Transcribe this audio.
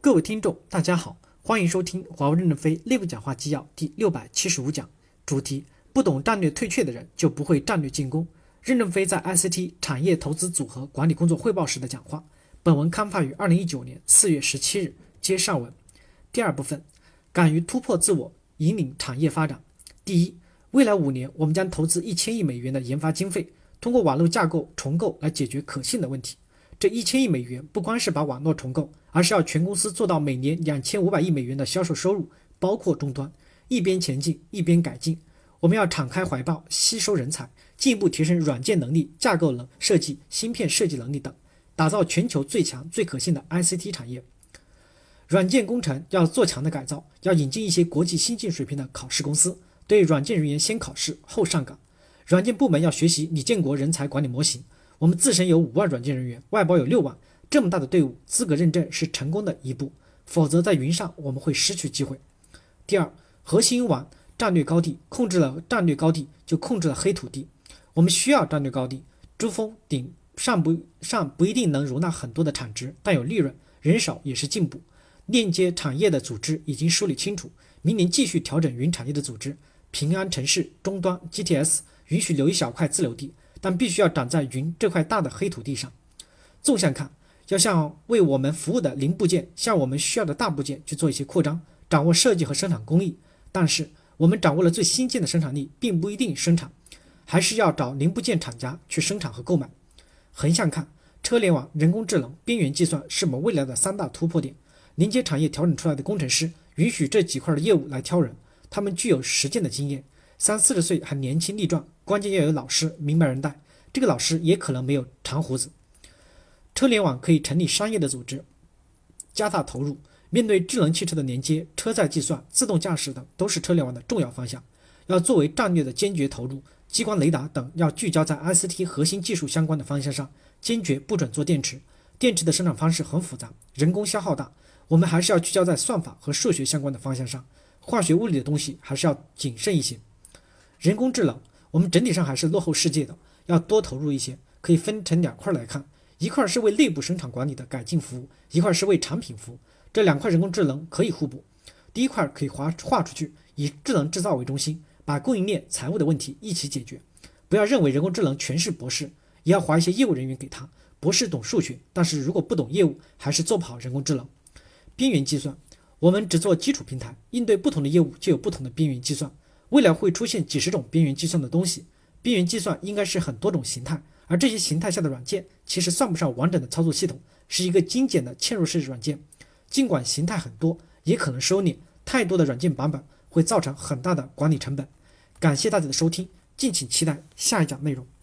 各位听众，大家好，欢迎收听华为任正非内部讲话纪要第675讲，主题：不懂战略退却的人就不会战略进攻。任正非在 ICT 产业投资组合管理工作汇报时的讲话。本文刊发于2019年4月17日，接上文。第二部分，敢于突破自我，引领产业发展。第一，未来5年，我们将投资1000亿美元的研发经费，通过网络架构重构来解决可信的问题。这1000亿美元不光是把网络重构，而是要全公司做到每年2500亿美元的销售收入，包括终端，一边前进一边改进。我们要敞开怀抱，吸收人才，进一步提升软件能力、架构设计、芯片设计能力等，打造全球最强最可信的 ICT 产业。软件工程要做强的改造，要引进一些国际先进水平的考试公司，对软件人员先考试后上岗。软件部门要学习李建国人才管理模型，我们自身有5万软件人员，外包有6万，这么大的队伍，资格认证是成功的一步，否则在云上我们会失去机会。第二，核心网战略高地，控制了战略高地就控制了黑土地。我们需要战略高地，珠峰顶上不一定能容纳很多的产值，但有利润，人少也是进步。链接产业的组织已经梳理清楚，明年继续调整云产业的组织，平安城市终端 GTS 允许留一小块自留地，但必须要长在云这块大的黑土地上。纵向看，要向为我们服务的零部件向我们需要的大部件去做一些扩张，掌握设计和生产工艺。但是我们掌握了最新建的生产力，并不一定生产，还是要找零部件厂家去生产和购买。横向看，车联网、人工智能、边缘计算是我们未来的3大突破点。连接产业调整出来的工程师，允许这几块的业务来挑人，他们具有实践的经验，30-40岁还年轻力壮，关键要有老师明白人带，这个老师也可能没有长胡子。车联网可以成立商业的组织，加大投入。面对智能汽车的连接、车载计算、自动驾驶等，都是车联网的重要方向，要作为战略的坚决投入。激光雷达等要聚焦在 ICT 核心技术相关的方向上，坚决不准做电池。电池的生产方式很复杂，人工消耗大，我们还是要聚焦在算法和数学相关的方向上，化学物理的东西还是要谨慎一些。人工智能，我们整体上还是落后世界的，要多投入一些，可以分成2块来看，一块是为内部生产管理的改进服务，一块是为产品服务，这2块人工智能可以互补。第一块可以划出去，以智能制造为中心，把供应链、财务的问题一起解决。不要认为人工智能全是博士，也要划一些业务人员给他，博士懂数学，但是如果不懂业务，还是做不好人工智能。边缘计算，我们只做基础平台，应对不同的业务就有不同的边缘计算，未来会出现几十种边缘计算的东西。边缘计算应该是很多种形态，而这些形态下的软件其实算不上完整的操作系统，是一个精简的嵌入式软件。尽管形态很多，也可能收敛，太多的软件版本会造成很大的管理成本。感谢大家的收听，敬请期待下一讲内容。